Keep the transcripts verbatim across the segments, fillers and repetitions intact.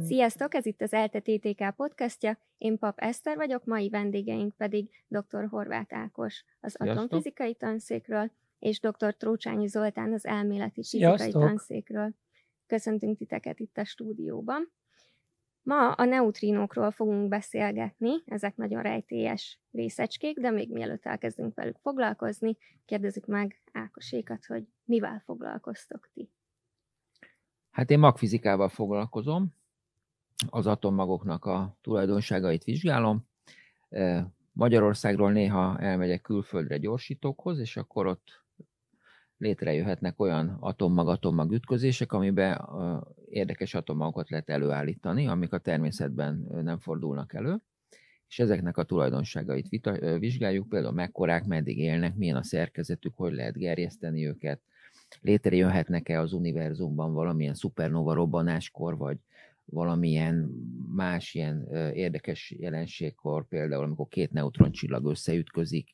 Sziasztok, ez itt az ELTE té té ká podcastja, én Pap Eszter vagyok, mai vendégeink pedig dr. Horváth Ákos az Sziasztok. atomfizikai tanszékről, és dr. Trócsányi Zoltán az elméleti fizikai Sziasztok. tanszékről. Köszöntünk titeket itt a stúdióban. Ma a neutrinókról fogunk beszélgetni, ezek nagyon rejtélyes részecskék, de még mielőtt elkezdünk velük foglalkozni, kérdezzük meg Ákosékat, hogy mivel foglalkoztok ti? Hát én magfizikával foglalkozom, az atommagoknak a tulajdonságait vizsgálom. Magyarországról néha elmegyek külföldre gyorsítókhoz, és akkor ott létrejöhetnek olyan atommag-atommag ütközések, amiben érdekes atommagokat lehet előállítani, amik a természetben nem fordulnak elő, és ezeknek a tulajdonságait vita, vizsgáljuk, például mekkorák, meddig élnek, milyen a szerkezetük, hogy lehet gerjeszteni őket, létrejöhetnek-e az univerzumban valamilyen szupernova robbanáskor, vagy valamilyen más ilyen érdekes jelenségkor, például amikor két neutroncsillag összeütközik.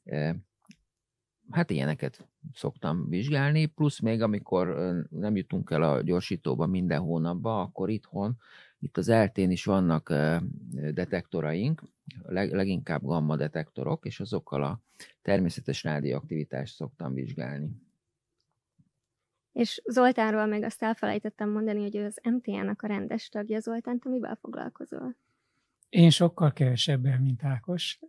Hát ilyeneket szoktam vizsgálni, plusz még amikor nem jutunk el a gyorsítóba minden hónapban, akkor itthon, itt az eltén is vannak detektoraink, leginkább gamma detektorok, és azokkal a természetes rádióaktivitást szoktam vizsgálni. És Zoltánról még azt elfelejtettem mondani, hogy ő az em té á-nak a rendes tagja. Zoltán, te mivel foglalkozol? Én sokkal kevesebben, mint Ákos.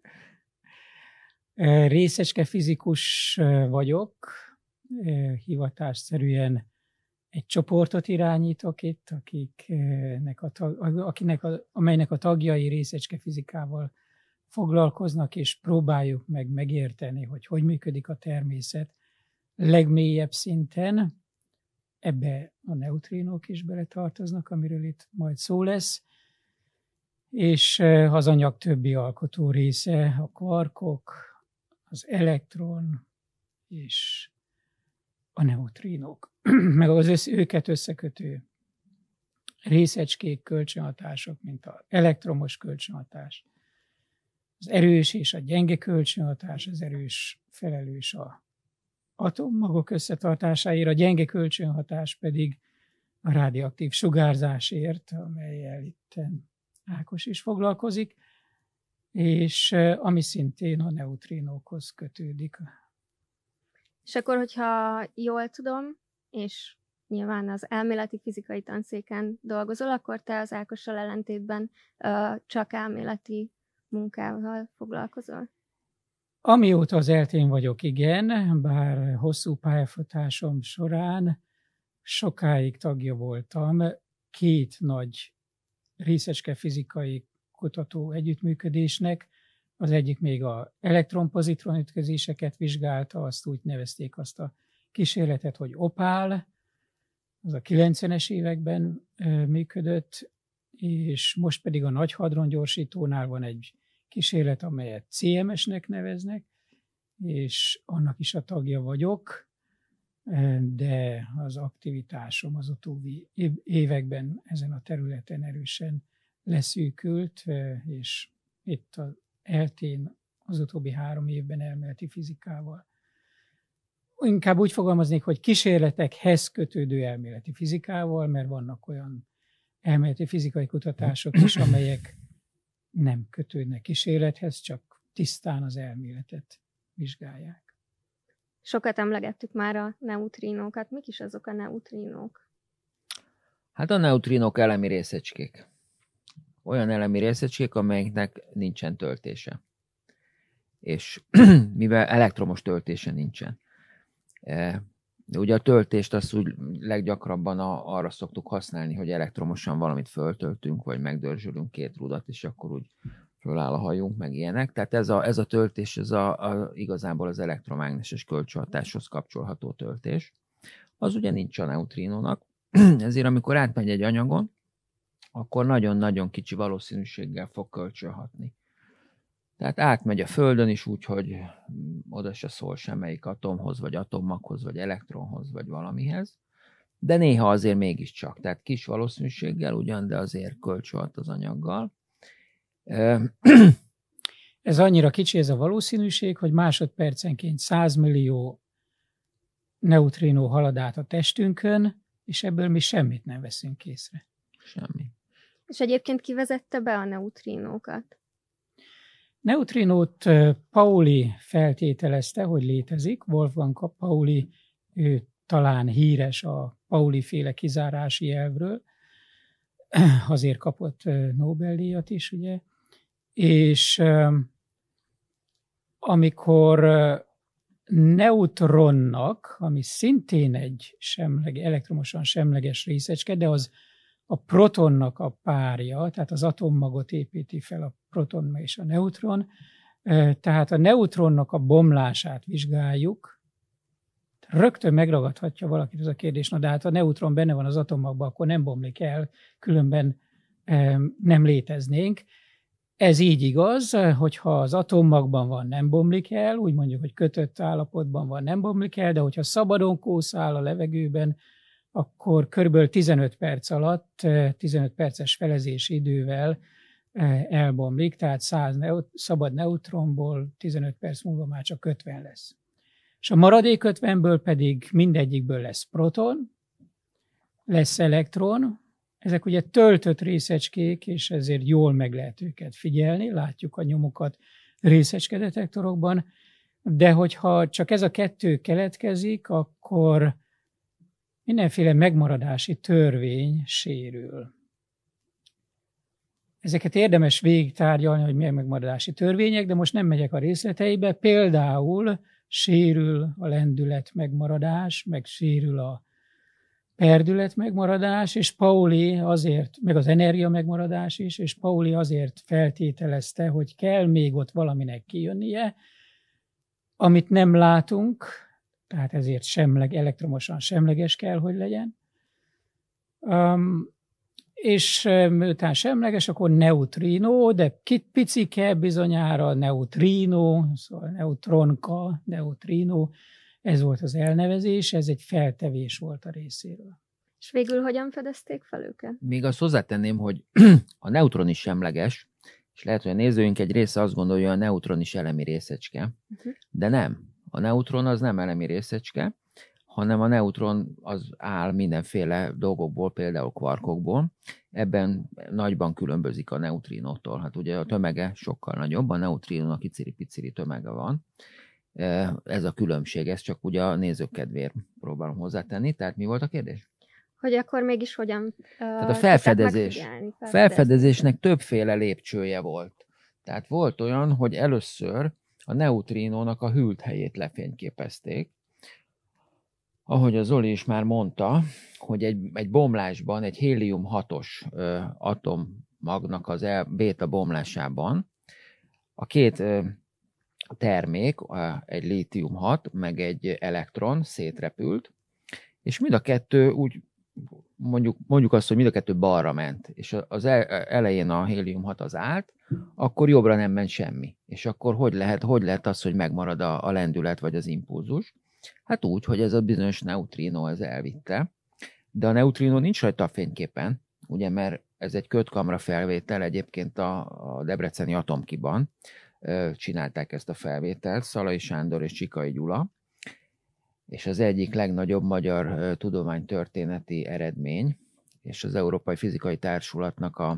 Részecske fizikus vagyok, hivatásszerűen egy csoportot irányítok itt, akiknek a tag, akinek a, amelynek a tagjai részecske fizikával foglalkoznak, és próbáljuk meg megérteni, hogy hogy működik a természet legmélyebb szinten. Ebbe a neutrinók is beletartoznak, amiről itt majd szó lesz, és az anyag többi alkotó része, a kvarkok, az elektron és a neutrinók, meg az össze, őket összekötő részecskék, kölcsönhatások, mint az elektromos kölcsönhatás, az erős és a gyenge kölcsönhatás, az erős felelős a atommagok összetartásáért, a gyenge kölcsönhatás pedig a rádióaktív sugárzásért, amellyel itt Ákos is foglalkozik, és ami szintén a neutrinókhoz kötődik. És akkor, hogyha jól tudom, és nyilván az elméleti fizikai tanszéken dolgozol, akkor te az Ákossal ellentétben uh, csak elméleti munkával foglalkozol? Amióta az eltén vagyok, igen, bár hosszú pályafutásom során sokáig tagja voltam két nagy részecske fizikai kutató együttműködésnek. Az egyik még az elektron-pozitron ütközéseket vizsgálta, azt úgy nevezték azt a kísérletet, hogy opál, az a kilencvenes években működött, és most pedig a nagy hadrongyorsítónál van egy kísérlet, amelyet cé em es-nek neveznek, és annak is a tagja vagyok, de az aktivitásom az utóbbi években ezen a területen erősen leszűkült, és itt az eltén az utóbbi három évben elméleti fizikával. Inkább úgy fogalmaznék, hogy kísérletekhez kötődő elméleti fizikával, mert vannak olyan elméleti fizikai kutatások is, amelyek nem kötődnek kísérlethez, csak tisztán az elméletet vizsgálják. Sokat emlegettük már a neutrinókat. Mik is azok a neutrinók? Hát a neutrinók elemi részecskék. Olyan elemi részecskék, amelyeknek nincsen töltése. És mivel elektromos töltése nincsen. De ugye a töltést azt úgy leggyakrabban a, arra szoktuk használni, hogy elektromosan valamit föltöltünk, vagy megdörzsölünk két rudat, és akkor úgy föláll a hajunk, meg ilyenek. Tehát ez a, ez a töltés, ez a, a, igazából az elektromágneses kölcsönhatáshoz kapcsolható töltés. Az ugye nincs a neutrinónak, ezért amikor átmegy egy anyagon, akkor nagyon-nagyon kicsi valószínűséggel fog kölcsönhatni. Tehát átmegy a Földön is úgy, hogy oda se szól semmelyik atomhoz, vagy atommaghoz, vagy elektronhoz, vagy valamihez. De néha azért mégiscsak. Tehát kis valószínűséggel ugyan, de azért kölcsönhat az anyaggal. Ez annyira kicsi ez a valószínűség, hogy másodpercenként száz millió neutrinó halad át a testünkön, és ebből mi semmit nem veszünk észre. Semmi. És egyébként kivezette be a neutrinókat? Neutrinót Pauli feltételezte, hogy létezik. Wolfgang Pauli, ő talán híres a Pauli-féle kizárási elvről, azért kapott Nobel-díjat is, ugye. És amikor neutronnak, ami szintén egy semleg, elektromosan semleges részecske, de az a protonnak a párja, tehát az atommagot építi fel a proton és a neutron, tehát a neutronnak a bomlását vizsgáljuk. Rögtön megragadhatja valakit ez a kérdés, na de hát a neutron benne van az atommagban, akkor nem bomlik el, különben nem léteznénk. Ez így igaz, hogyha az atommagban van, nem bomlik el, úgy mondjuk, hogy kötött állapotban van, nem bomlik el, de hogyha szabadon kószál a levegőben, akkor körülbelül tizenöt perc alatt, tizenöt perces felezési idővel elbomlik, tehát száz neut- szabad neutronból tizenöt perc múlva már csak ötven lesz. És a maradék ötvenből pedig mindegyikből lesz proton, lesz elektron. Ezek ugye töltött részecskék, és ezért jól meg lehet őket figyelni, látjuk a nyomokat részecskedetektorokban, de hogyha csak ez a kettő keletkezik, akkor mindenféle megmaradási törvény sérül. Ezeket érdemes végigtárgyalni, hogy milyen megmaradási törvények, de most nem megyek a részleteibe. Például sérül a lendület megmaradás, meg sérül a perdület megmaradás, és Pauli azért, meg az energia megmaradás is, és Pauli azért feltételezte, hogy kell még ott valaminek kijönnie, amit nem látunk, tehát ezért semleg, elektromosan semleges kell, hogy legyen. Um, és miután semleges, akkor neutrino, de picike bizonyára neutrino, szóval neutronka, neutrino, ez volt az elnevezés, ez egy feltevés volt a részéről. És végül hogyan fedezték fel őket? Még azt hozzátenném, hogy a neutron is semleges, és lehet, hogy a nézőink egy része azt gondolja, hogy a neutron is elemi részecske, uh-huh. de nem. A neutron az nem elemi részecske, hanem a neutron az áll mindenféle dolgokból, például kvarkokból. Ebben nagyban különbözik a neutrinótól. Hát ugye a tömege sokkal nagyobb, a neutrinónak iciri-piciri tömege van. Ez a különbség, ez csak ugye a nézők kedvéért próbálom hozzátenni. Tehát mi volt a kérdés? Hogy akkor mégis hogyan uh, Tehát a felfedezés. Felfedezésnek többféle lépcsője volt. Tehát volt olyan, hogy először a neutrinónak a hűlt helyét lefényképezték. Ahogy a Zoli is már mondta, hogy egy, egy bomlásban, egy hélium hatos ö, atommagnak az el, béta bomlásában a két ö, termék, ö, egy lítium hat, meg egy elektron szétrepült, és mind a kettő úgy, mondjuk, mondjuk azt, hogy mind a kettő balra ment, és az elején a hélium hat az állt, akkor jobbra nem ment semmi. És akkor hogy lehet, hogy lehet az, hogy megmarad a, a lendület vagy az impulzus? Hát úgy, hogy ez a bizonyos neutrino ez elvitte, de a neutrino nincs rajta a fényképen, ugye, mert ez egy kötkamra felvétel, egyébként a, a debreceni Atomkiban ö, csinálták ezt a felvételt, Szalai Sándor és Csikai Gyula, és az egyik legnagyobb magyar ö, tudománytörténeti eredmény, és az Európai Fizikai Társulatnak a,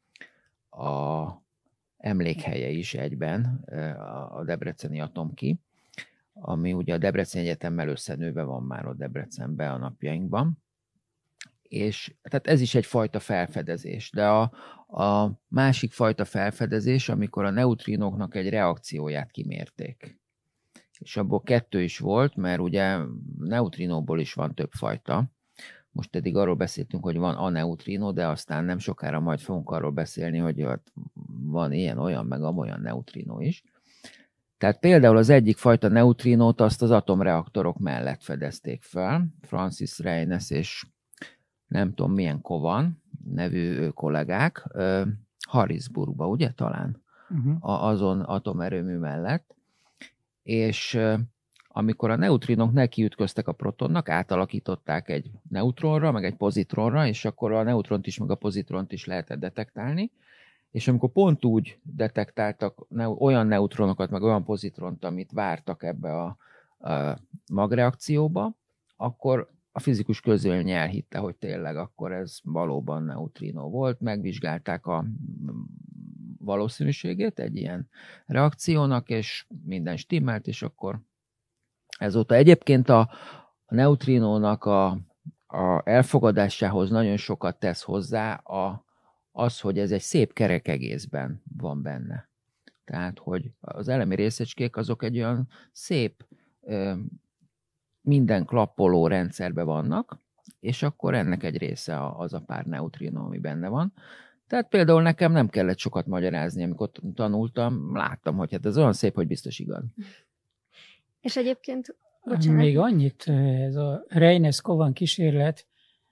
a emlékhelye is egyben, ö, a debreceni Atomki, ami ugye a Debreceni Egyetemmel összenőve van már ott Debrecenben a napjainkban. És tehát ez is egyfajta felfedezés. De a, a másik fajta felfedezés, amikor a neutrinóknak egy reakcióját kimérték. És abból kettő is volt, mert ugye neutrinóból is van több fajta. Most eddig arról beszéltünk, hogy van aneutrino, de aztán nem sokára majd fogunk arról beszélni, hogy van ilyen, olyan, meg amolyan neutrino is. Tehát például az egyik fajta neutrinót azt az atomreaktorok mellett fedezték fel. Francis Reines és nem tudom milyen Kovan nevű kollégák, Harrisburgba, ugye talán, uh-huh. azon atomerőmű mellett. És amikor a neutrinok nekiütköztek a protonnak, átalakították egy neutronra, meg egy pozitronra, és akkor a neutront is, meg a pozitront is lehetett detektálni. És amikor pont úgy detektáltak olyan neutronokat, meg olyan pozitront, amit vártak ebbe a, a magreakcióba, akkor a fizikus közvélemény elhitte, hogy tényleg akkor ez valóban neutrino volt, megvizsgálták a valószínűségét egy ilyen reakciónak, és minden stimmelt, és akkor ezóta egyébként a, a neutrinónak a, a elfogadásához nagyon sokat tesz hozzá a, az, hogy ez egy szép kerek egészben van benne. Tehát, hogy az elemi részecskék azok egy olyan szép minden klappoló rendszerben vannak, és akkor ennek egy része az a pár neutrino, ami benne van. Tehát például nekem nem kellett sokat magyarázni, amikor tanultam, láttam, hogy hát ez olyan szép, hogy biztos igaz. És egyébként, bocsánat. Még annyit, ez a Reines-Kovan kísérlet,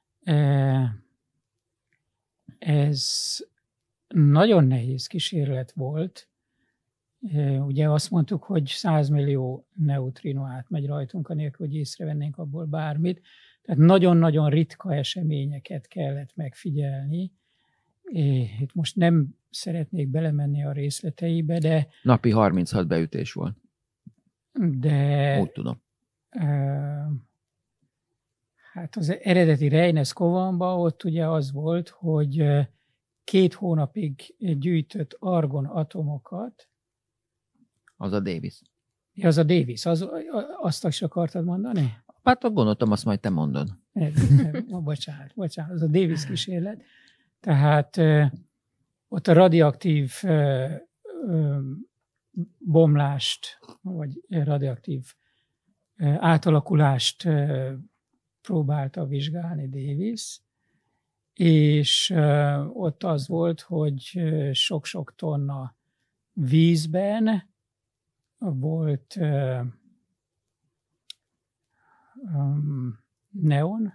ez nagyon nehéz kísérlet volt. Ugye azt mondtuk, hogy száz millió neutrino átmegy rajtunk, anélkül, hogy észrevennénk abból bármit. Tehát nagyon-nagyon ritka eseményeket kellett megfigyelni. Itt most nem szeretnék belemenni a részleteibe, de... Napi harminchat beütés volt. De... Úgy tudom. Hát az eredeti Reines-Kovanban ott ugye az volt, hogy két hónapig gyűjtött argon atomokat. Az a Davis. Ja, az a Davis. Az, azt is akartad mondani? Hát gondoltam, azt majd te mondod. bocsánat, bocsánat, az a Davis kísérlet. Tehát ott a radioaktív bomlást, vagy radioaktív átalakulást próbálta vizsgálni Davis, és ott az volt, hogy sok-sok tonna vízben volt um, neon,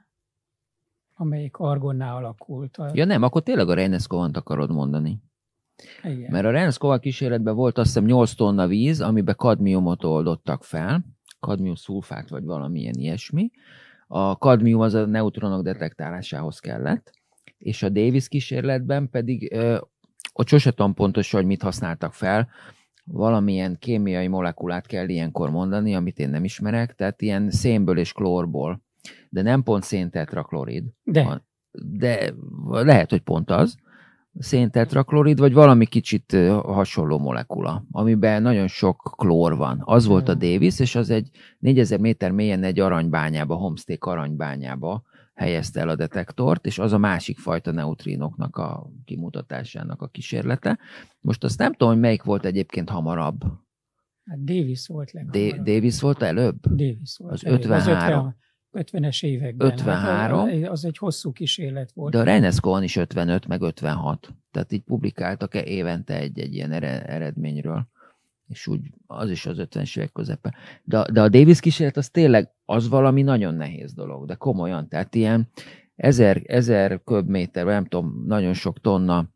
amelyik argonná alakult. Ja nem, akkor tényleg a Reines-Kovant akarod mondani. Igen. Mert a Reines-Kovan kísérletben volt azt hiszem nyolc tonna víz, amiben kadmiumot oldottak fel, kadmium szulfát vagy valamilyen ilyesmi. A kadmium az a neutronok detektálásához kellett, és a Davis kísérletben pedig ö, ott sose tudom pontosan, hogy mit használtak fel, valamilyen kémiai molekulát kell ilyenkor mondani, amit én nem ismerek, tehát ilyen szénből és klórból, de nem pont széntetraklorid. De. De lehet, hogy pont az. Széntetraklorid, vagy valami kicsit hasonló molekula, amiben nagyon sok klór van. Az volt a Davis, és az egy négyezer méter mélyen egy aranybányába, Homestake aranybányába helyezte el a detektort, és az a másik fajta neutrinoknak a kimutatásának a kísérlete. Most azt nem tudom, hogy melyik volt egyébként hamarabb. Hát Davis volt leghamarabb. D- Davis volt előbb? Davis volt Az előbb. ötvenhárom. Az ötvenes években. ötvenhárom. Hát az egy hosszú kísérlet volt. De a Reines-Kovan is ötvenöt, meg ötvenhat. Tehát így publikáltak évente egy-egy ilyen eredményről. És úgy az is az ötvenes évek közepe. De, de a Davis kísérlet az tényleg az valami nagyon nehéz dolog, de komolyan. Tehát ilyen ezer, ezer köbméter, nem tudom, nagyon sok tonna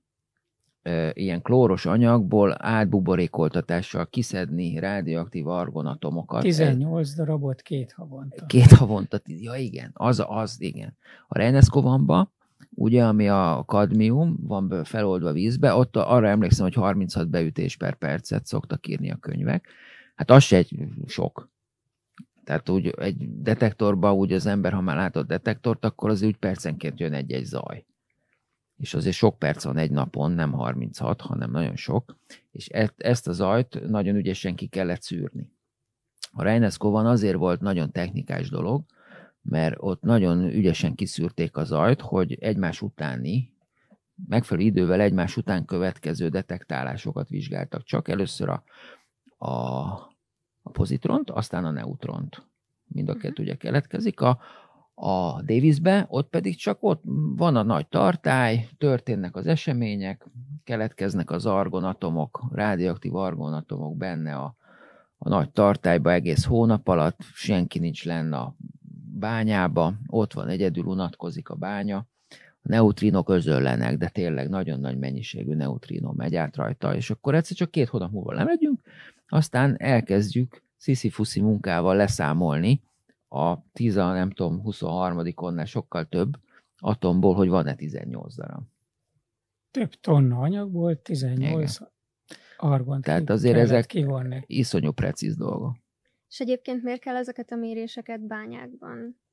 e, ilyen klóros anyagból átbuborékoltatással kiszedni radioaktív argonatomokat. tizennyolc darabot két havonta. Két havonta, ja igen, az, az igen. A Reines-Kovanban, ugye, ami a kadmium van feloldva vízbe, ott arra emlékszem, hogy harminchat beütés per percet szoktak írni a könyvek. Hát az se egy sok. Tehát úgy egy detektorban úgy az ember, ha már látott detektort, akkor az úgy percenként jön egy-egy zaj. És azért sok perc van egy napon, nem harminchat, hanem nagyon sok. És ezt a zajt nagyon ügyesen ki kellett szűrni. A Reines-Kovan azért volt nagyon technikás dolog, mert ott nagyon ügyesen kiszűrték a zajt, hogy egymás utáni, megfelelő idővel egymás után következő detektálásokat vizsgáltak csak. Először a, a, a pozitront, aztán a neutront. Mind a kettő ugye keletkezik. A, a Davisbe, ott pedig csak ott van a nagy tartály, történnek az események, keletkeznek az argonatomok, radioaktív argonatomok benne a, a nagy tartályba egész hónap alatt, senki nincs lenne a bányába, ott van, egyedül unatkozik a bánya, a neutrinok özöllenek, de tényleg nagyon nagy mennyiségű neutrino megy át rajta, és akkor egyszer csak két hónap múlva lemegyünk, aztán elkezdjük sziszifuszi munkával leszámolni a tíz, nem tudom, huszonharmadikonnál sokkal több atomból, hogy van-e tizennyolc darab. Több tonna anyagból, tizennyolc igen. argont. Tehát azért ezek kivonni. Iszonyú precíz dolgok. És egyébként miért kell ezeket a méréseket bányákban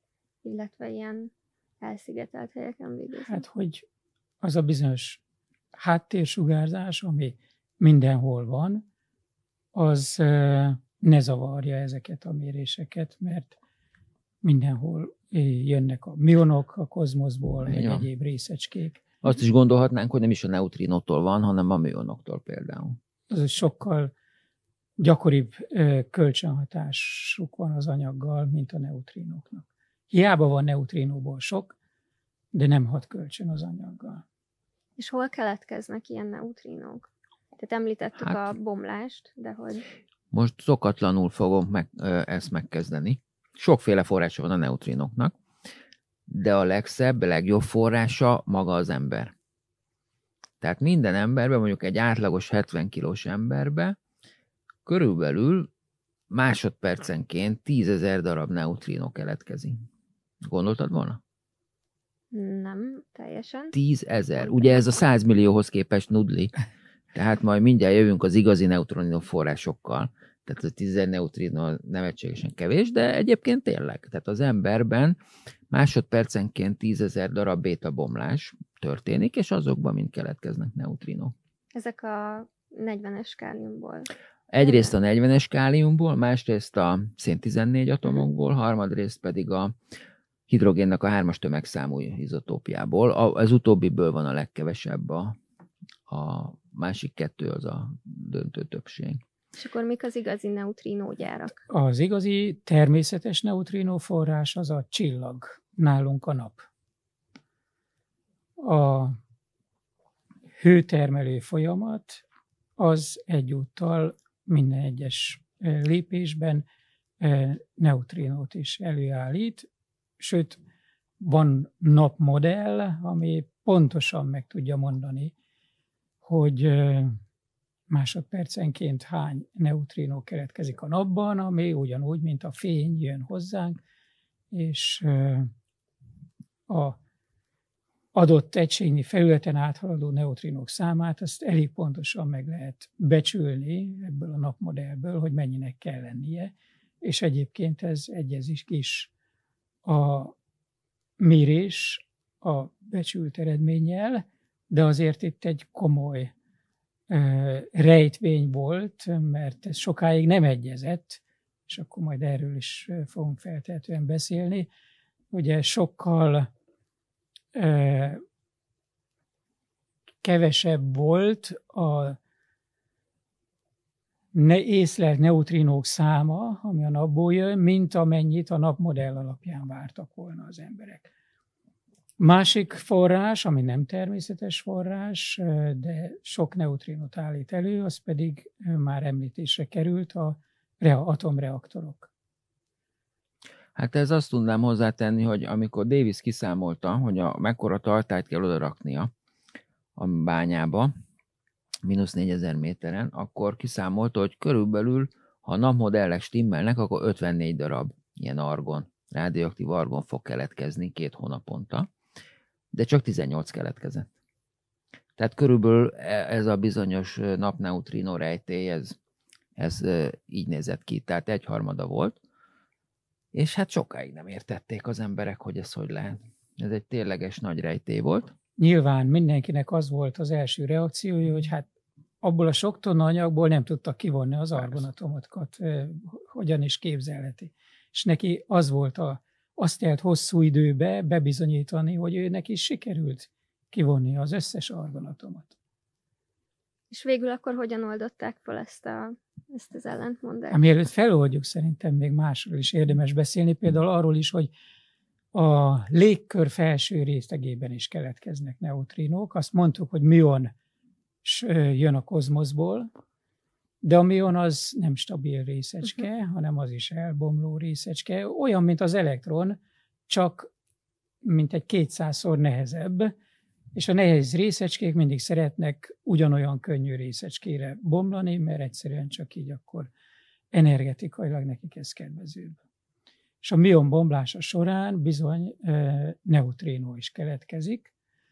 illetve ilyen elszigetelt helyeken végeznek? Hát, hogy az a bizonyos háttérsugárzás, ami mindenhol van, az ne zavarja ezeket a méréseket, mert mindenhol jönnek a mionok a kozmoszból, vagy Ja. egyéb részecskék. Azt is gondolhatnánk, hogy nem is a neutrinótól van, hanem a mionoktól például. Az sokkal gyakoribb kölcsönhatásuk van az anyaggal, mint a neutrinóknak. Hiába van neutrinóból sok, de nem hat kölcsön az anyaggal. És hol keletkeznek ilyen neutrinók? Tehát említettük Hát, a bomlást, de hogy... Most szokatlanul fogom meg, ö, ezt megkezdeni. Sokféle forrása van a neutrinoknak, de a legszebb, legjobb forrása maga az ember. Tehát minden emberben, mondjuk egy átlagos hetven kilós emberbe körülbelül másodpercenként tízezer darab neutrinó keletkezik. Gondoltad volna? Nem, teljesen. Tízezer. Ugye ez a százmillióhoz képest nudli. Tehát majd mindjárt jövünk az igazi neutrinó forrásokkal. Tehát a tízezer neutrinó nevetségesen kevés, de egyébként tényleg. Tehát az emberben másodpercenként tízezer darab béta bomlás történik, és azokban mind keletkeznek neutrinók. Ezek a negyvenes káliumból. Egyrészt a negyvenes káliumból, másrészt a szén tizennégy atomokból, harmadrészt pedig a hidrogénnek a hármas tömegszámú izotópjából. Az utóbbiből van a legkevesebb, a, a másik kettő az a döntő többség. És akkor mik az igazi neutrinógyárak? Az igazi természetes neutrinó forrás az a csillag, nálunk a nap. A hőtermelő folyamat az egyúttal minden egyes lépésben neutrinót is előállít, sőt, van napmodell, ami pontosan meg tudja mondani, hogy másodpercenként hány neutrinó keletkezik a napban, ami ugyanúgy, mint a fény jön hozzánk, és a adott egységnyi felületen áthaladó neutrinók számát, azt elég pontosan meg lehet becsülni ebből a napmodellből, hogy mennyinek kell lennie, és egyébként ez egyezik is a mérés a becsült eredménnyel, de azért itt egy komoly rejtvény volt, mert ez sokáig nem egyezett, és akkor majd erről is fogunk feltehetően beszélni. Ugye sokkal kevesebb volt a ne észlelt neutrinók száma, ami a napból jön, mint amennyit a napmodell alapján vártak volna az emberek. Másik forrás, ami nem természetes forrás, de sok neutrinót állít elő, az pedig már említésre került, a atomreaktorok. Hát ez azt tudnám hozzátenni, hogy amikor Davis kiszámolta, hogy a mekkora tartályt kell odaraknia a bányába, mínusz négyezer méteren, akkor kiszámolta, hogy körülbelül, ha a napmodellek stimmelnek, akkor ötvennégy darab ilyen argon, radioaktív argon fog keletkezni két hónaponta, de csak tizennyolc keletkezett. Tehát körülbelül ez a bizonyos napneutrino rejtély, ez, ez így nézett ki, tehát egyharmada volt, és hát sokáig nem értették az emberek, hogy ez hogy lehet. Ez egy tényleges nagy rejtély volt. Nyilván mindenkinek az volt az első reakciója, hogy hát abból a sok tonna anyagból nem tudtak kivonni az argonatomokat, hogyan is képzelheti. És neki az volt a, azt telt hosszú időbe bebizonyítani, hogy ő neki sikerült kivonni az összes argonatomot. És végül akkor hogyan oldották fel ezt, a, ezt az ellentmondást? Hát mielőtt feloldjuk, szerintem még másról is érdemes beszélni, például arról is, hogy a légkör felső rétegében is keletkeznek neutrinók. Azt mondtuk, hogy mion jön a kozmoszból, de a mion az nem stabil részecske, uh-huh. hanem az is elbomló részecske. Olyan, mint az elektron, csak mint egy kétszázszor nehezebb, és a nehéz részecskék mindig szeretnek ugyanolyan könnyű részecskére bomlani, mert egyszerűen csak így akkor energetikailag nekik ez kedvezőbb. És a mion bomlása során bizony e, neutrinó is keletkezik.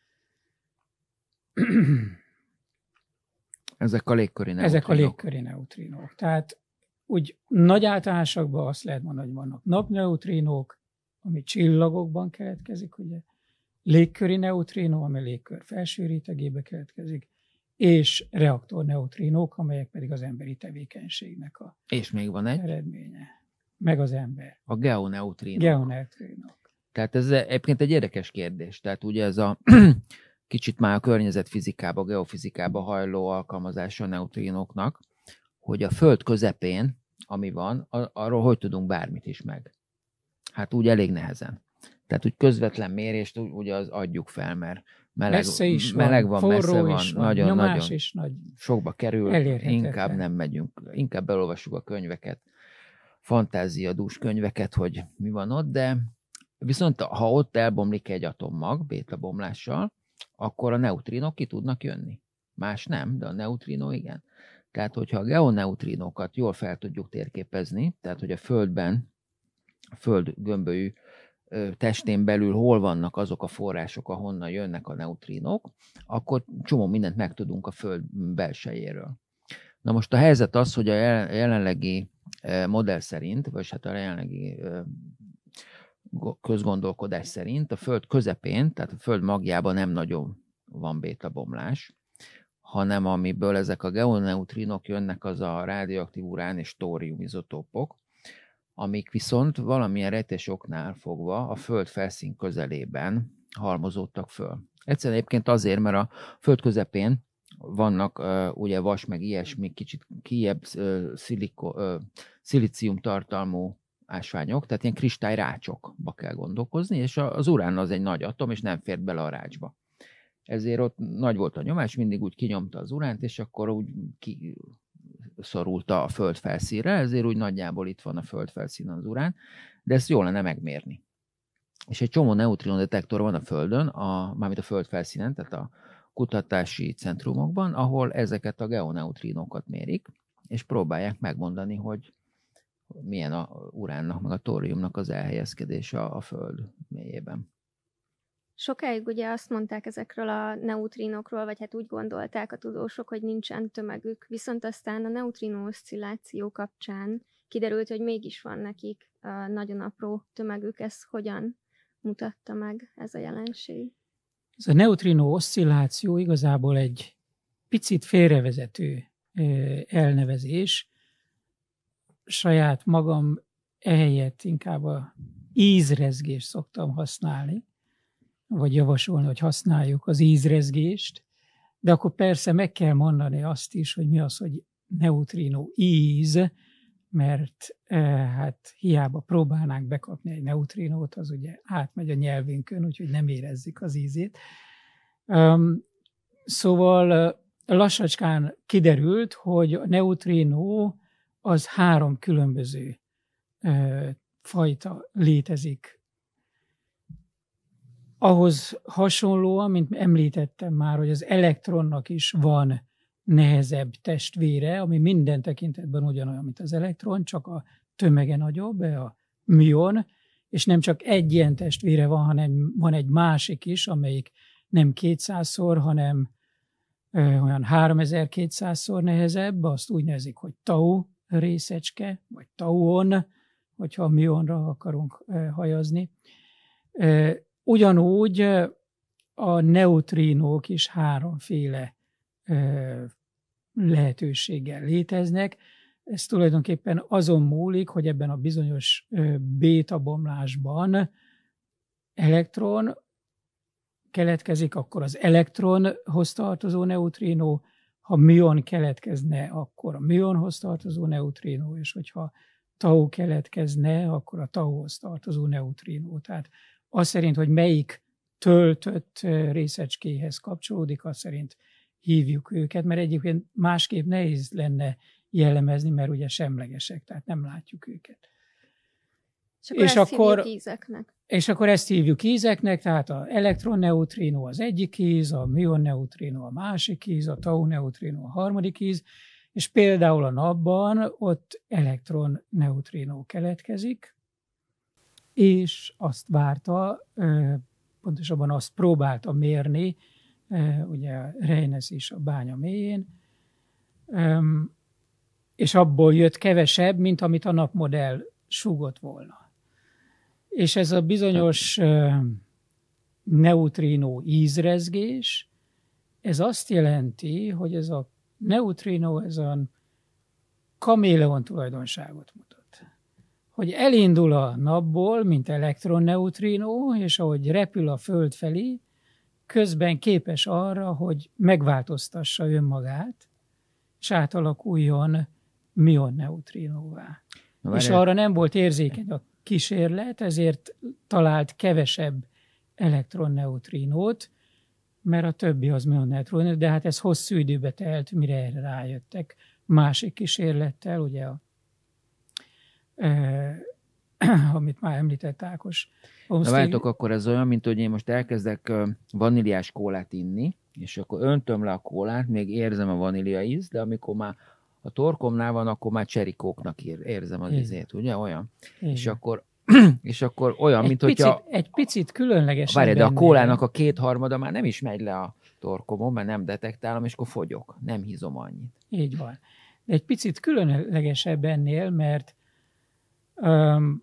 Ezek a légköri neutrinók. Ezek a légköri neutrinók. Tehát úgy nagy általánosságban azt lehet mondani, hogy vannak napneutrinók, ami csillagokban keletkezik, ugye, légköri neutrínó, ami légkör felső rétegébe keletkezik, és reaktorneutrínók, amelyek pedig az emberi tevékenységnek a És még van egy. eredménye. Meg az ember. A geoneutrinok. Geoneutrinok. Tehát ez egyébként egy érdekes kérdés. Tehát ugye ez a kicsit már a környezetfizikába, a geofizikába hajló alkalmazása a neutrinoknak, hogy a Föld közepén, ami van, arról hogy tudunk bármit is meg. Hát úgy elég nehezen. Tehát úgy közvetlen mérést úgy, úgy az adjuk fel, mert meleg, messze is meleg van, van, messze van, van, van nagyon, nyomás nagyon is nagy. Sokba kerül, inkább nem megyünk, inkább elolvassuk a könyveket, fantáziadús könyveket, hogy mi van ott, de viszont ha ott elbomlik egy atommag bétabomlással, akkor a neutrinok ki tudnak jönni. Más nem, de a neutrinó igen. Tehát, hogyha a geoneutrinókat jól fel tudjuk térképezni, tehát, hogy a Földben, a Föld gömbölyű testén belül hol vannak azok a források, ahonnan jönnek a neutrinok, akkor csomó mindent megtudunk a Föld belsejéről. Na most a helyzet az, hogy a jelenlegi modell szerint, vagy hát a jelenlegi közgondolkodás szerint a Föld közepén, tehát a Föld magjában nem nagyon van bétabomlás, hanem amiből ezek a geoneutrinok jönnek, az a radioaktív urán és tórium izotópok, amik viszont valamilyen rejtélyes oknál fogva a Föld felszín közelében halmozódtak föl. Egyszerűen egyébként azért, mert a Föld közepén vannak uh, ugye vas meg ilyesmi kicsit kijebb uh, sziliko, uh, szilícium tartalmú ásványok, tehát ilyen kristályrácsokba kell gondolkozni, és az urán az egy nagy atom, és nem fért bele a rácsba. Ezért ott nagy volt a nyomás, mindig úgy kinyomta az uránt, és akkor úgy kiszorulta a Föld felszínre, ezért úgy nagyjából itt van a Föld felszínen az urán, de ezt jól lenne megmérni. És egy csomó neutrinondetektor van a Földön, a, mármint a Föld felszínen, tehát a kutatási centrumokban, ahol ezeket a geoneutrinokat mérik, és próbálják megmondani, hogy milyen a uránnak, meg a tóriumnak az elhelyezkedése a Föld mélyében. Sokáig ugye azt mondták ezekről a neutrinokról, vagy hát úgy gondolták a tudósok, hogy nincsen tömegük, viszont aztán a neutrino oszcilláció kapcsán kiderült, hogy mégis van nekik a nagyon apró tömegük. Ez hogyan mutatta meg ez a jelenség? Ez a neutrino oszcilláció igazából egy picit félrevezető elnevezés. Saját magam ehelyett inkább a ízrezgést szoktam használni, vagy javasolni, hogy használjuk az ízrezgést, de akkor persze meg kell mondani azt is, hogy mi az, hogy neutrino íz, mert eh, hát hiába próbálnánk bekapni egy neutrinót, az ugye átmegy a nyelvünkön, úgyhogy nem érezzük az ízét. Um, szóval lassacskán kiderült, hogy a neutrino az három különböző uh, fajta létezik. Ahhoz hasonlóan, mint említettem már, hogy az elektronnak is van nehezebb testvére, ami minden tekintetben ugyanolyan, mint az elektron, csak a tömege nagyobb, a műon, és nem csak egy ilyen testvére van, hanem van egy másik is, amelyik nem kétszázszor, hanem ö, olyan háromezer-kétszázszor nehezebb, azt úgy nevezik, hogy tau részecske, vagy tauon, hogyha a műonra akarunk ö, hajazni. Ö, ugyanúgy a neutrinók is háromféle lehetőséggel léteznek. Ez tulajdonképpen azon múlik, hogy ebben a bizonyos bétabomlásban elektron keletkezik, akkor az elektronhoz tartozó neutrinó, ha műon keletkezne, akkor a műonhoz tartozó neutrinó, és hogyha tau keletkezne, akkor a tauhoz tartozó neutrinó. Tehát az szerint, hogy melyik töltött részecskéhez kapcsolódik, az szerint hívjuk őket, mert egyébként másképp nehéz lenne jellemezni, mert ugye semlegesek, tehát nem látjuk őket. És akkor, és ezt akkor hívjuk ízeknek. És akkor ezt hívjuk ízeknek, tehát az elektronneutrinó az egyik íz, a műonneutrino a másik íz, a tau-neutrino a harmadik íz, és például a napban ott elektronneutrino keletkezik, és azt várta, pontosabban azt próbálta mérni, ugye Reines is a bánya mélyén, és abból jött kevesebb, mint amit a napmodell súgott volna. És ez a bizonyos neutrínó ízrezgés, ez azt jelenti, hogy ez a neutrínó ez a kaméleon tulajdonságot mutat. Hogy elindul a napból, mint elektronneutrínó, és ahogy repül a Föld felé, közben képes arra, hogy megváltoztassa önmagát, és átalakuljon mionneutrínóvá. És arra nem volt érzékeny a kísérlet, ezért talált kevesebb elektronneutrinót, mert a többi az mionneutrínó, de hát ez hosszú időbe telt, mire erre rájöttek. Másik kísérlettel, ugye a Eh, amit már említett Ákos. Na várjátok, akkor ez olyan, mint hogy én most elkezdek vaníliás kólát inni, és akkor öntöm le a kólát, még érzem a vanília ízt, de amikor már a torkomnál van, akkor már cserikóknak érzem az ízét, ugye? Olyan. És akkor, és akkor olyan, egy mint picit, hogyha... Egy picit különleges. Várj, de a kólának a kétharmada már nem is megy le a torkomon, mert nem detektálom, és akkor fogyok. Nem hízom annyit. Így van. De egy picit különlegesebb ennél, mert Um,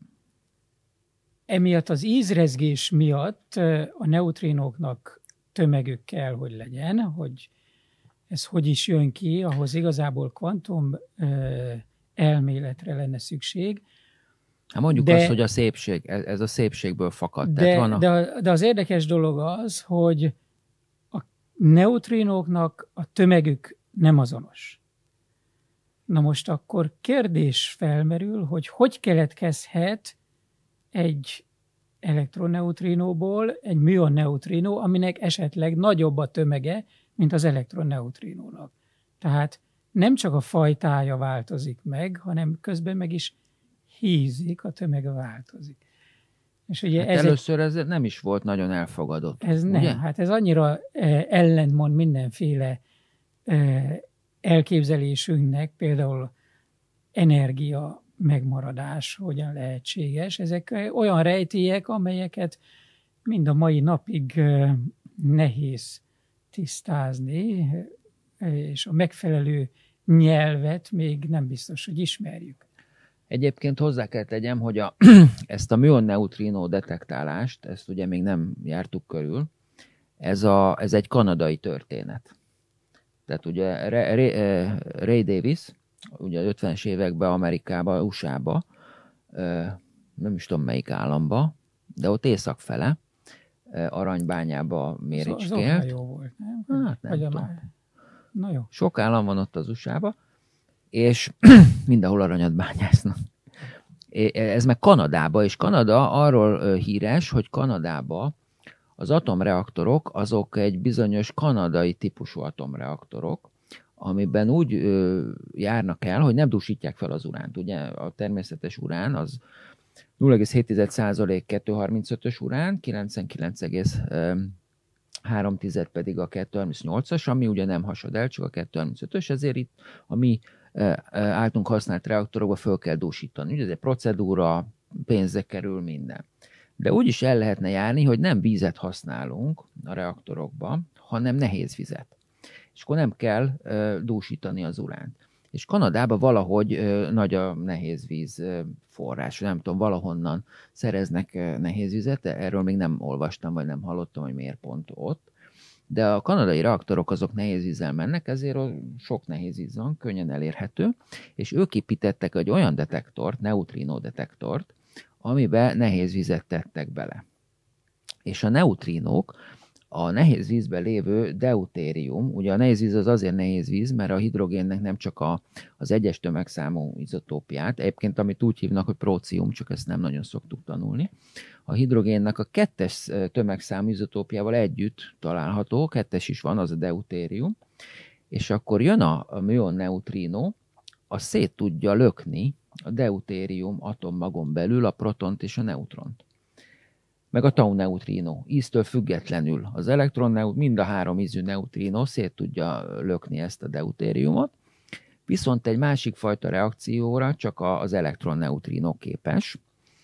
emiatt az ízrezgés miatt a neutrinóknak tömegük kell, hogy legyen, hogy ez hogy is jön ki, ahhoz igazából kvantum uh, elméletre lenne szükség. Hát mondjuk de, azt, hogy a szépség, ez, ez a szépségből fakad. De, Tehát van a... de, a, de az érdekes dolog az, hogy a neutrinóknak a tömegük nem azonos. Na most akkor kérdés felmerül, hogy hogy keletkezhet egy elektroneutrinóból egy mionneutrínó, aminek esetleg nagyobb a tömege, mint az elektroneutrinónak. Tehát nem csak a fajtája változik meg, hanem közben meg is hízik, a tömege változik. És ugye hát ez először egy, ez nem is volt nagyon elfogadott. Ez ugye? nem, hát ez annyira eh, ellentmond mindenféle eh, elképzelésünknek, például energia megmaradás hogyan lehetséges. Ezek olyan rejtélyek, amelyeket mind a mai napig nehéz tisztázni, és a megfelelő nyelvet még nem biztos, hogy ismerjük. Egyébként hozzá kell tegyem, hogy a, ezt a mionneutrino detektálást, ezt ugye még nem jártuk körül, ez, a, ez egy kanadai történet. Tehát ugye Ray, Ray Davis, ugye ötvenes években Amerikában, u es á-ba, nem is tudom melyik államba, de ott északfele, Aranybányába méricskélt. Az jó volt, nem? Hát nem tudom. Na jó. Sok állam van ott az u es á-ba, és mindenhol aranyat bányásznak. Ez meg Kanadába, és Kanada arról híres, hogy Kanadában az atomreaktorok azok egy bizonyos kanadai típusú atomreaktorok, amiben úgy ö, járnak el, hogy nem dúsítják fel az uránt. Ugye a természetes urán az nulla egész hét százalék kettőszázharmincötös urán, kilencvenkilenc egész három pedig a kettőszázharmincnyolcas, ami ugye nem hasad el, csak a kettőszázharmincötös, ezért itt a mi általunk használt reaktorokba föl kell dúsítani. Ugye ez egy procedúra, pénzbe kerül minden. De úgy is el lehetne járni, hogy nem vízet használunk a reaktorokban, hanem nehéz vizet. És akkor nem kell uh, dúsítani az uránt. És Kanadában valahogy uh, nagy a nehézvíz uh, forrás, nem tudom, valahonnan szereznek uh, nehézvizet, de erről még nem olvastam, vagy nem hallottam, hogy miért pont ott. De a kanadai reaktorok azok nehézvízzel mennek, ezért sok nehézvíz van, könnyen elérhető, és ők építettek egy olyan detektort, neutrino detektort, amiben nehéz vizet tettek bele. És a neutrinók a nehéz vízben lévő deutérium, ugye a nehéz víz az azért nehéz víz, mert a hidrogénnek nem csak a, az egyes tömegszámú izotópiát, egyébként amit úgy hívnak, hogy prócium, csak ezt nem nagyon szoktuk tanulni, a hidrogénnek a kettes tömegszámú izotópiával együtt található, kettes is van, az a deutérium, és akkor jön a, a mionneutrino, az szét tudja lökni a deutérium atommagon belül a protont és a neutront. Meg a tau neutrino. Íztől függetlenül az elektron, mind a három ízű neutrino szét tudja lökni ezt a deutériumot, viszont egy másik fajta reakcióra csak az elektron neutrino képes,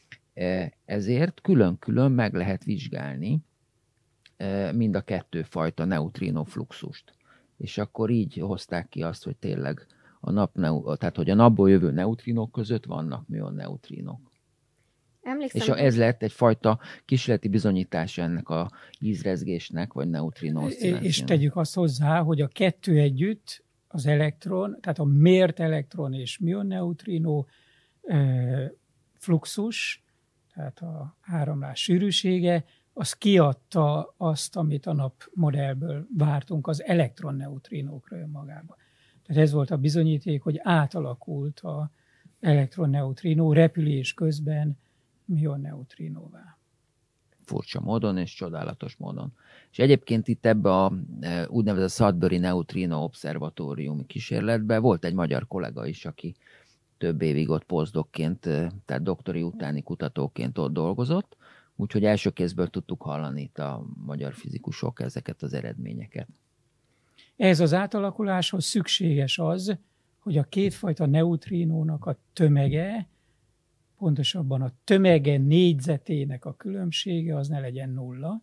ezért külön-külön meg lehet vizsgálni mind a kettő fajta neutrino fluxust. És akkor így hozták ki azt, hogy tényleg a nap, tehát hogy a napból jövő neutrinok között vannak mionneutrínok. Emlékszem, és a, ez lett egyfajta kísérleti bizonyítása ennek a ízrezgésnek, vagy neutrino oszcillációnak. És tegyük azt hozzá, hogy a kettő együtt, az elektron, tehát a mért elektron és mionneutrino e, fluxus, tehát a áramlás sűrűsége, az kiadta azt, amit a napmodellből vártunk az elektronneutrínókra önmagában. Tehát ez volt a bizonyíték, hogy átalakult az elektronneutrínó repülés közben mionneutrínóvá. Furcsa módon és csodálatos módon. És egyébként itt ebbe a úgynevezett Sudbury Neutrino Obszervatóriumi kísérletben volt egy magyar kollega is, aki több évig ott posztdokként, tehát doktori utáni kutatóként ott dolgozott, úgyhogy első kézből tudtuk hallani itt a magyar fizikusok ezeket az eredményeket. Ez az átalakuláshoz szükséges az, hogy a kétfajta neutrinónak a tömege, pontosabban a tömege négyzetének a különbsége az ne legyen nulla,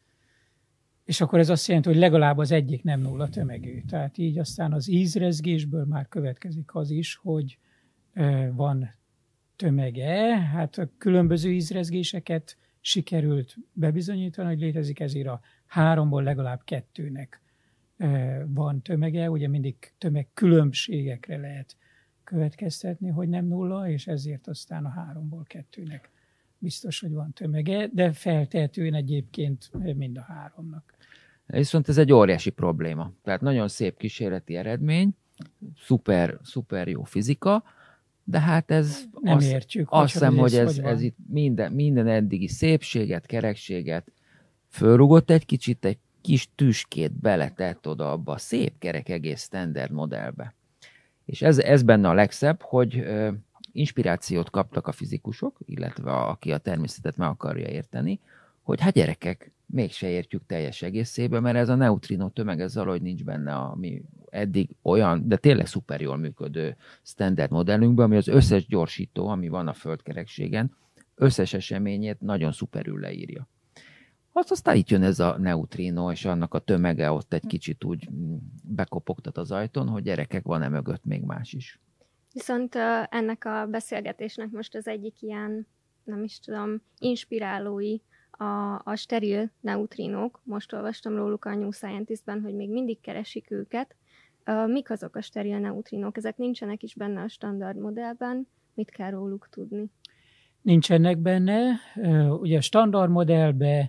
és akkor ez azt jelenti, hogy legalább az egyik nem nulla tömegű. Tehát így aztán az ízrezgésből már következik az is, hogy van tömege, hát a különböző ízrezgéseket sikerült bebizonyítani, hogy létezik, ezért a háromból legalább kettőnek van tömege, ugye mindig tömegkülönbségekre lehet következtetni, hogy nem nulla, és ezért aztán a háromból kettőnek biztos, hogy van tömege, de feltehetően egyébként mind a háromnak. Viszont ez egy óriási probléma. Tehát nagyon szép kísérleti eredmény, szuper, szuper jó fizika, de hát ez nem azt, értjük, azt hiszem, hogy ez, hogy ez itt minden, minden eddigi szépséget, kerekséget fölrugott egy kicsit, egy kis tüskét beletett oda abba a szép kerek egész standard modellbe. És ez, ez benne a legszebb, hogy ö, inspirációt kaptak a fizikusok, illetve a, aki a természetet meg akarja érteni, hogy hát gyerekek, mégse értjük teljes egészében, mert ez a neutrino tömeg, ez valahogy nincs benne, ami eddig olyan, de tényleg szuper jól működő standard modellünkben, ami az összes gyorsító, ami van a földkerekségen, összes eseményét nagyon szuperül leírja. Azt aztán itt jön ez a neutrino, és annak a tömege ott egy kicsit úgy bekopogtat az ajtón, hogy gyerekek, van-e mögött még más is. Viszont ennek a beszélgetésnek most az egyik ilyen, nem is tudom, inspirálói a, a steril neutrinók. Most olvastam róluk a New Scientist-ben, hogy még mindig keresik őket. Mik azok a steril neutrinók? Ezek nincsenek is benne a standard modellben. Mit kell róluk tudni? Nincsenek benne. Ugye a standard modellben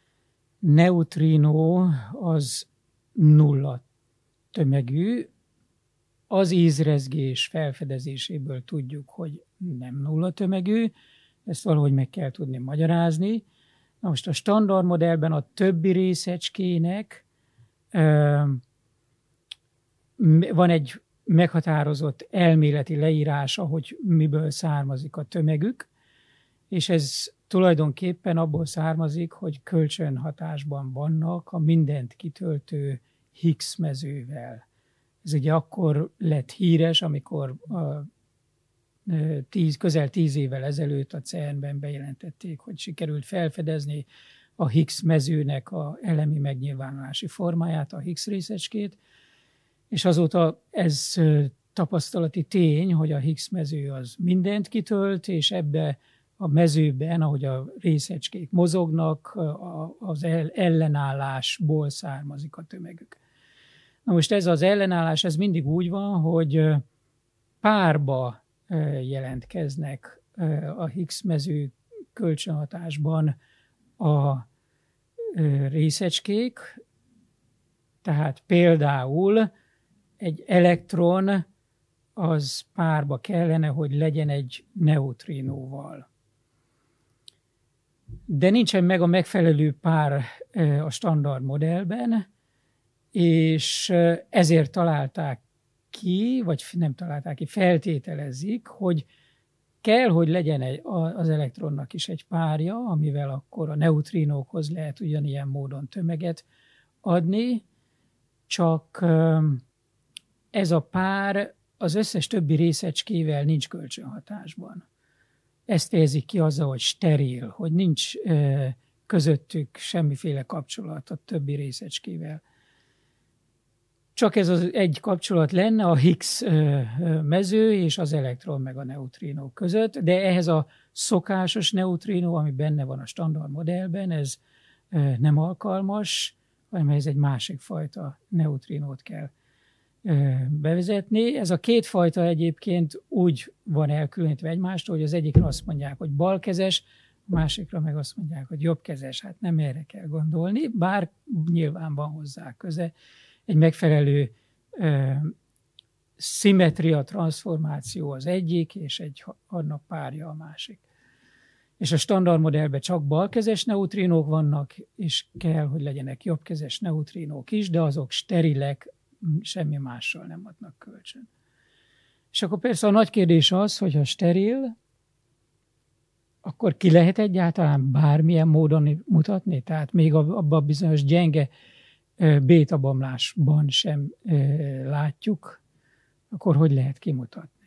neutrino az nulla tömegű. Az ízrezgés felfedezéséből tudjuk, hogy nem nulla tömegű. Ezt valahogy meg kell tudni magyarázni. Na most a standard modellben a többi részecskének ö, van egy meghatározott elméleti leírása, hogy miből származik a tömegük, és ez tulajdonképpen abból származik, hogy kölcsönhatásban vannak a mindent kitöltő Higgs mezővel. Ez ugye akkor lett híres, amikor a tíz, közel tíz évvel ezelőtt a cernben bejelentették, hogy sikerült felfedezni a Higgs mezőnek a elemi megnyilvánulási formáját, a Higgs részecskét, és azóta ez tapasztalati tény, hogy a Higgs mező az mindent kitölt, és ebbe a mezőben, ahogy a részecskék mozognak, az ellenállásból származik a tömegük. Na most ez az ellenállás, ez mindig úgy van, hogy párba jelentkeznek a Higgs mező kölcsönhatásban a részecskék, tehát például egy elektron az párba kellene, hogy legyen egy neutrinóval. De nincsen meg a megfelelő pár a standard modellben, és ezért találták ki, vagy nem találták ki, feltételezik, hogy kell, hogy legyen egy, az elektronnak is egy párja, amivel akkor a neutrinókhoz lehet ugyanilyen módon tömeget adni, csak ez a pár az összes többi részecskével nincs kölcsönhatásban. Ezt fejezik ki azzal, hogy steril, hogy nincs közöttük semmiféle kapcsolat a többi részecskével. csak ez az egy kapcsolat lenne a Higgs mező és az elektron meg a neutrínó között, de ehhez a szokásos neutrínó, ami benne van a standard modellben, ez nem alkalmas, hanem ez egy másik fajta neutrínót kell bevezetni. Ez a két fajta egyébként úgy van elkülönítve egymástól, hogy az egyikre azt mondják, hogy balkezes, a másikra meg azt mondják, hogy jobbkezes. Hát nem erre kell gondolni, bár nyilván van hozzá köze. Egy megfelelő uh, szimmetria transformáció az egyik, és egy annak párja a másik. És a standard modellben csak balkezes neutrínók vannak, és kell, hogy legyenek jobbkezes neutrínók is, de azok sterilek, semmi mással nem adnak kölcsön. És akkor persze a nagy kérdés az, hogy ha steril, akkor ki lehet egyáltalán bármilyen módon mutatni? Tehát még abban a bizonyos gyenge bétabomlásban sem látjuk, akkor hogy lehet kimutatni?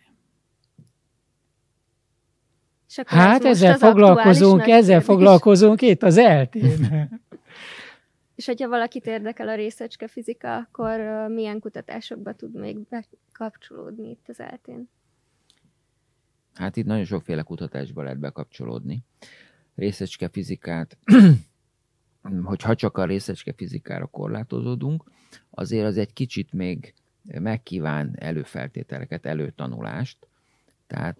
Hát ezzel foglalkozunk, ezzel foglalkozunk itt az eltén. És hogyha valakit érdekel a részecskefizika, akkor milyen kutatásokba tud még bekapcsolódni itt az eltén? Hát itt nagyon sokféle kutatásba lehet bekapcsolódni. Részecskefizikát, hogyha csak a részecskefizikára korlátozódunk, azért az egy kicsit még megkíván előfeltételeket, előtanulást, tehát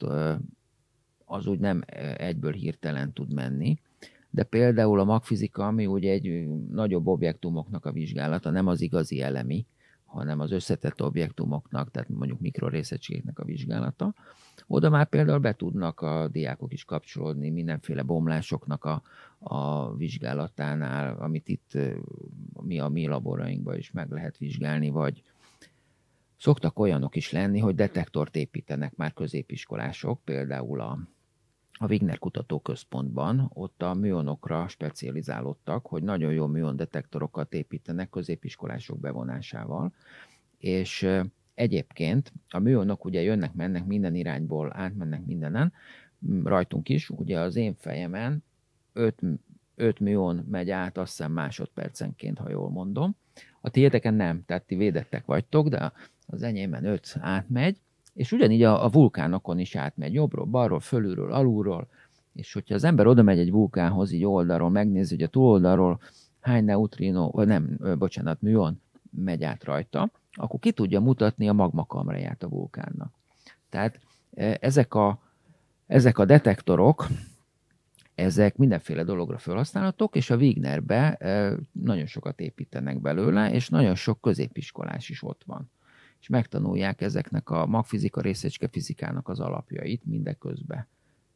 az úgy nem egyből hirtelen tud menni. De például a magfizika, ami ugye egy nagyobb objektumoknak a vizsgálata, nem az igazi elemi, hanem az összetett objektumoknak, tehát mondjuk mikrorészecskéknek a vizsgálata. Oda már például be tudnak a diákok is kapcsolódni mindenféle bomlásoknak a, a vizsgálatánál, amit itt mi a mi laborainkban is meg lehet vizsgálni, vagy szoktak olyanok is lenni, hogy detektort építenek már középiskolások, például a A Wigner Kutatóközpontban, ott a műonokra specializálódtak, hogy nagyon jó műondetektorokat építenek középiskolások bevonásával, és egyébként a műonok ugye jönnek-mennek minden irányból, átmennek mindenen, rajtunk is, ugye az én fejemen öt, öt műon megy át, azt hiszem másodpercenként, ha jól mondom. A tiéteken nem, tehát ti védettek vagytok, de az enyémben öt átmegy, és ugyanígy a, a vulkánokon is átmegy, jobbról, balról, fölülről, alulról, és hogyha az ember oda megy egy vulkánhoz, így oldalról, megnézi, hogy a túloldalról hány neutrino, vagy nem, bocsánat, műon megy át rajta, akkor ki tudja mutatni a magmakamráját a vulkánnak. Tehát ezek a, ezek a detektorok, ezek mindenféle dologra felhasználhatók, és a Wignerbe nagyon sokat építenek belőle, és nagyon sok középiskolás is ott van. És megtanulják ezeknek a magfizika, részecskefizikának az alapjait mindeközben.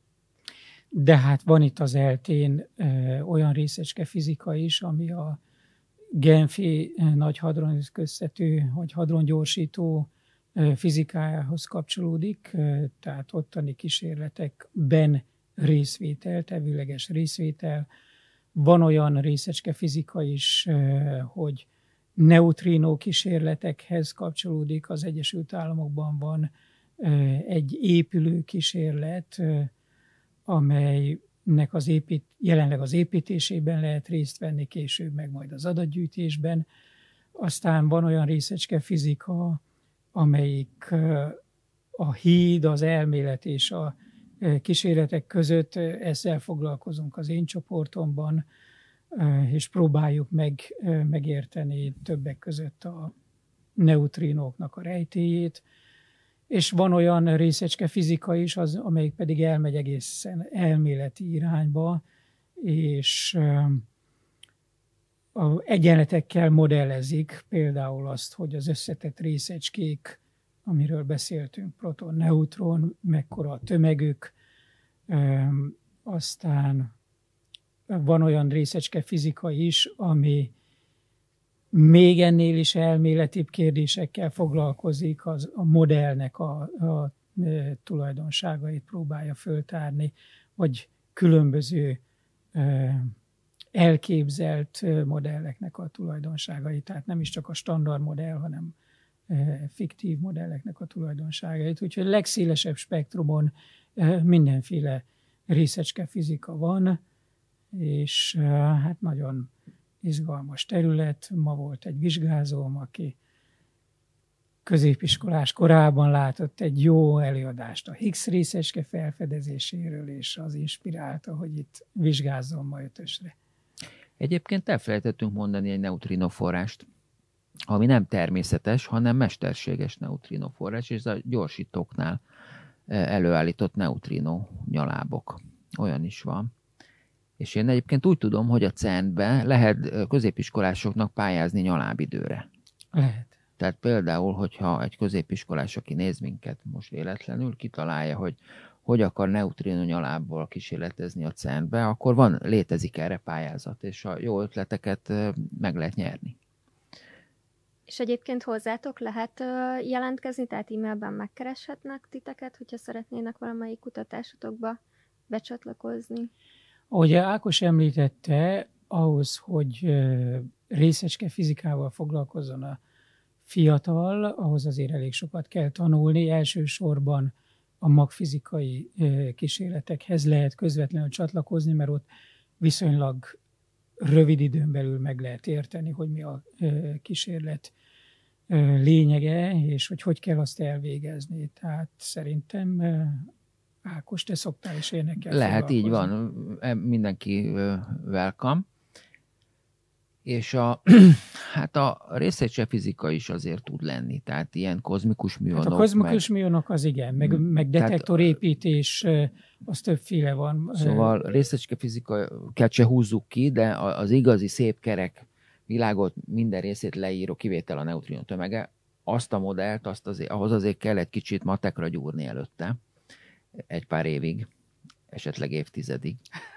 De hát van itt az eltén ö, olyan részecskefizika is, ami a Genfi nagy hadronütköztető, vagy hadrongyorsító ö, fizikájához kapcsolódik, ö, tehát ottani kísérletekben részvétel, tevőleges részvétel. Van olyan részecskefizika is, ö, hogy neutrínó kísérletekhez kapcsolódik. Az Egyesült Államokban van egy épülő kísérlet, amelynek az épít, jelenleg az építésében lehet részt venni, később meg majd az adatgyűjtésben. Aztán van olyan részecskefizika, amelyik a híd, az elmélet és a kísérletek között, ezzel foglalkozunk az én csoportomban, és próbáljuk meg, megérteni többek között a neutrinóknak a rejtélyét. És van olyan részecskefizika is, az, amelyik pedig elmegy egészen elméleti irányba, és a egyenletekkel modellezik például azt, hogy az összetett részecskék, amiről beszéltünk, proton, neutron, mekkora a tömegük, aztán van olyan részecskefizika is, ami még ennél is elméletibb kérdésekkel foglalkozik, az a modellnek a, a e, tulajdonságait próbálja föltárni, vagy különböző e, elképzelt modelleknek a tulajdonságait, tehát nem is csak a standard modell, hanem e, fiktív modelleknek a tulajdonságait. Úgyhogy a legszélesebb spektrumon e, mindenféle részecskefizika van, és e, hát nagyon izgalmas terület. Ma volt egy vizsgázóm, aki középiskolás korában látott egy jó előadást a Higgs részecske felfedezéséről, és az inspirálta, hogy itt vizsgázzon ma ötösre. Egyébként elfelejtettünk mondani egy neutrinoforrást, ami nem természetes, hanem mesterséges neutrinoforrás, és a gyorsítóknál előállított neutrino nyalábok. Olyan is van. És én egyébként úgy tudom, hogy a cernbe lehet középiskolásoknak pályázni nyalábidőre. Lehet. Tehát például, hogyha egy középiskolás, aki néz minket most véletlenül, kitalálja, hogy hogy akar neutrino nyalábból kísérletezni a cernbe, akkor van, létezik erre pályázat, és a jó ötleteket meg lehet nyerni. És egyébként hozzátok lehet jelentkezni, tehát e-mailben megkereshetnek titeket, hogyha szeretnének valamelyik kutatásotokba becsatlakozni? Ahogy Ákos említette, ahhoz, hogy részecske fizikával foglalkozzon a fiatal, ahhoz azért elég sokat kell tanulni. Elsősorban a magfizikai kísérletekhez lehet közvetlenül csatlakozni, mert ott viszonylag rövid időn belül meg lehet érteni, hogy mi a kísérlet lényege, és hogy hogy kell azt elvégezni. Tehát szerintem Ákos, te szoktál is énekkel Lehet, így van. Mindenki welcome. És a, hát a részecske fizika is azért tud lenni, tehát ilyen kozmikus műanyag. Hát a kozmikus meg, műanyag az igen, meg, meg detektorépítés, az többféle van. Szóval részecske fizikát se húzzuk ki, de az igazi szép kerek világot minden részét leíró, kivétel a neutrino tömege, azt a modellt, azt azért, ahhoz azért kell egy kicsit matekra gyúrni előtte, egy pár évig, esetleg évtizedig.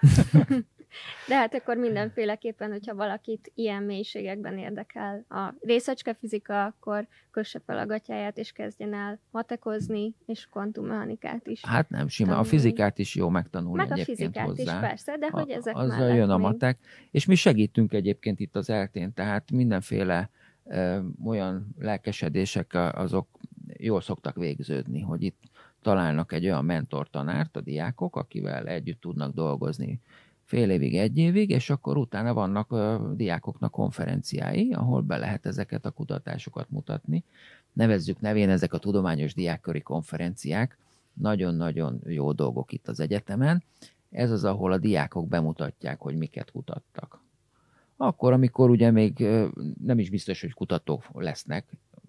De hát akkor mindenféleképpen, hogyha valakit ilyen mélységekben érdekel a részecske fizika, akkor kösse fel a gatyáját, és kezdjen el matekozni, és kvantummechanikát is. Hát nem, sima. tanulni. A fizikát is jó megtanulni Meg egyébként a fizikát hozzá. is, persze, de hogy ezek a, azzal mellett jön a még... matek, és mi segítünk egyébként itt az eltén, tehát mindenféle ö, olyan lelkesedések azok jól szoktak végződni, hogy itt találnak egy olyan mentortanárt a diákok, akivel együtt tudnak dolgozni fél évig, egy évig, és akkor utána vannak a diákoknak konferenciái, ahol be lehet ezeket a kutatásokat mutatni. Nevezzük nevén ezek a tudományos diákköri konferenciák. Nagyon-nagyon jó dolgok itt az egyetemen. Ez az, ahol a diákok bemutatják, hogy miket kutattak. Akkor, amikor ugye még nem is biztos, hogy kutatók lesznek,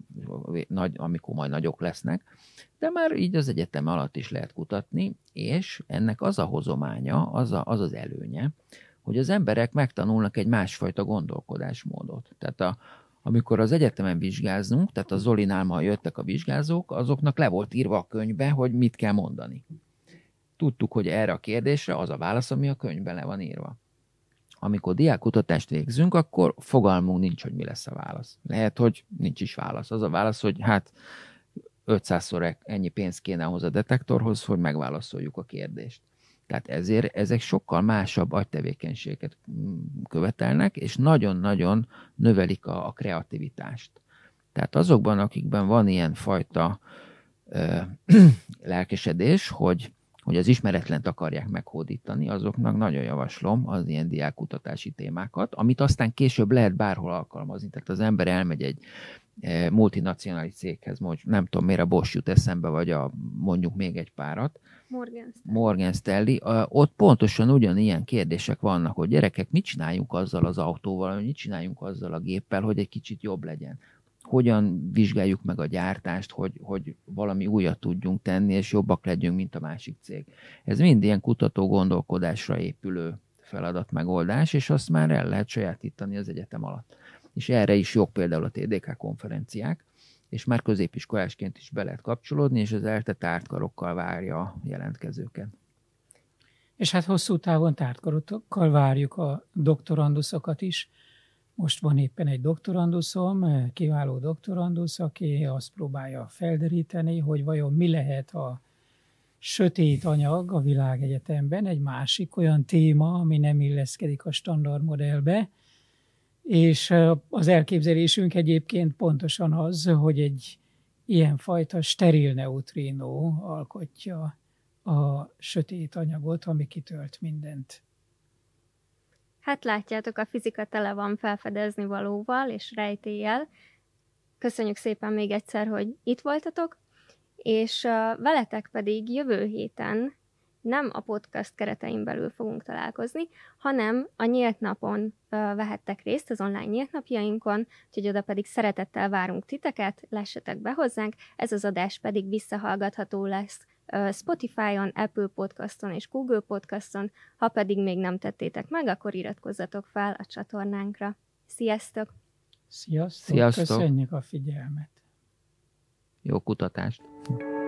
nagy, amikor majd nagyok lesznek, de már így az egyetem alatt is lehet kutatni, és ennek az a hozománya, az a, az, az előnye, hogy az emberek megtanulnak egy másfajta gondolkodásmódot. Tehát a, amikor az egyetemen vizsgázunk, tehát a Zolinál ma jöttek a vizsgázók, azoknak le volt írva a könyvbe, hogy mit kell mondani. Tudtuk, hogy erre a kérdésre az a válasz, ami a könyvben le van írva. Amikor diákkutatást végzünk, akkor fogalmunk nincs, hogy mi lesz a válasz. Lehet, hogy nincs is válasz. Az a válasz, hogy hát ötszázszor ennyi pénz kéne ahhoz a detektorhoz, hogy megválaszoljuk a kérdést. Tehát ezért ezek sokkal másabb agytevékenységet követelnek, és nagyon-nagyon növelik a, a kreativitást. Tehát azokban, akikben van ilyen fajta ö, lelkesedés, hogy hogy az ismeretlent akarják meghódítani, azoknak nagyon javaslom az ilyen diákkutatási témákat, amit aztán később lehet bárhol alkalmazni. Tehát az ember elmegy egy multinacionális céghez, most nem tudom, miért a Bosch jut eszembe, vagy a, mondjuk még egy párat. Morgan Stanley. Morgan Stanley. Ott pontosan ugyanilyen kérdések vannak, hogy gyerekek, mit csináljunk azzal az autóval, mit csináljunk azzal a géppel, hogy egy kicsit jobb legyen. Hogyan vizsgáljuk meg a gyártást, hogy, hogy valami újat tudjunk tenni, és jobbak legyünk, mint a másik cég. Ez mind ilyen kutató gondolkodásra épülő feladatmegoldás, és azt már el lehet sajátítani az egyetem alatt. És erre is jók például a té dé ká konferenciák, és már középiskolásként is be lehet kapcsolódni, és az ELTE tártkarokkal várja a jelentkezőket. És hát hosszú távon tártkarokkal várjuk a doktoranduszokat is. Most van éppen egy doktoranduszom, kiváló doktorandusz, aki azt próbálja felderíteni, hogy vajon mi lehet a sötét anyag a világegyetemben, egy másik olyan téma, ami nem illeszkedik a standard modellbe, és az elképzelésünk egyébként pontosan az, hogy egy ilyenfajta steril neutrino alkotja a sötét anyagot, ami kitölt mindent. Hát látjátok, a fizika tele van felfedezni valóval és rejtéllyel. Köszönjük szépen még egyszer, hogy itt voltatok, és veletek pedig jövő héten nem a podcast keretein belül fogunk találkozni, hanem a Nyílt Napon vehettek részt, az online nyílt napjainkon, úgyhogy oda pedig szeretettel várunk titeket, lessetek be hozzánk, ez az adás pedig visszahallgatható lesz Spotify-on, Apple Podcaston és Google Podcaston, ha pedig még nem tettétek meg, akkor iratkozzatok fel a csatornánkra. Sziasztok! Sziasztok! Sziasztok. Köszönjük a figyelmet! Jó kutatást!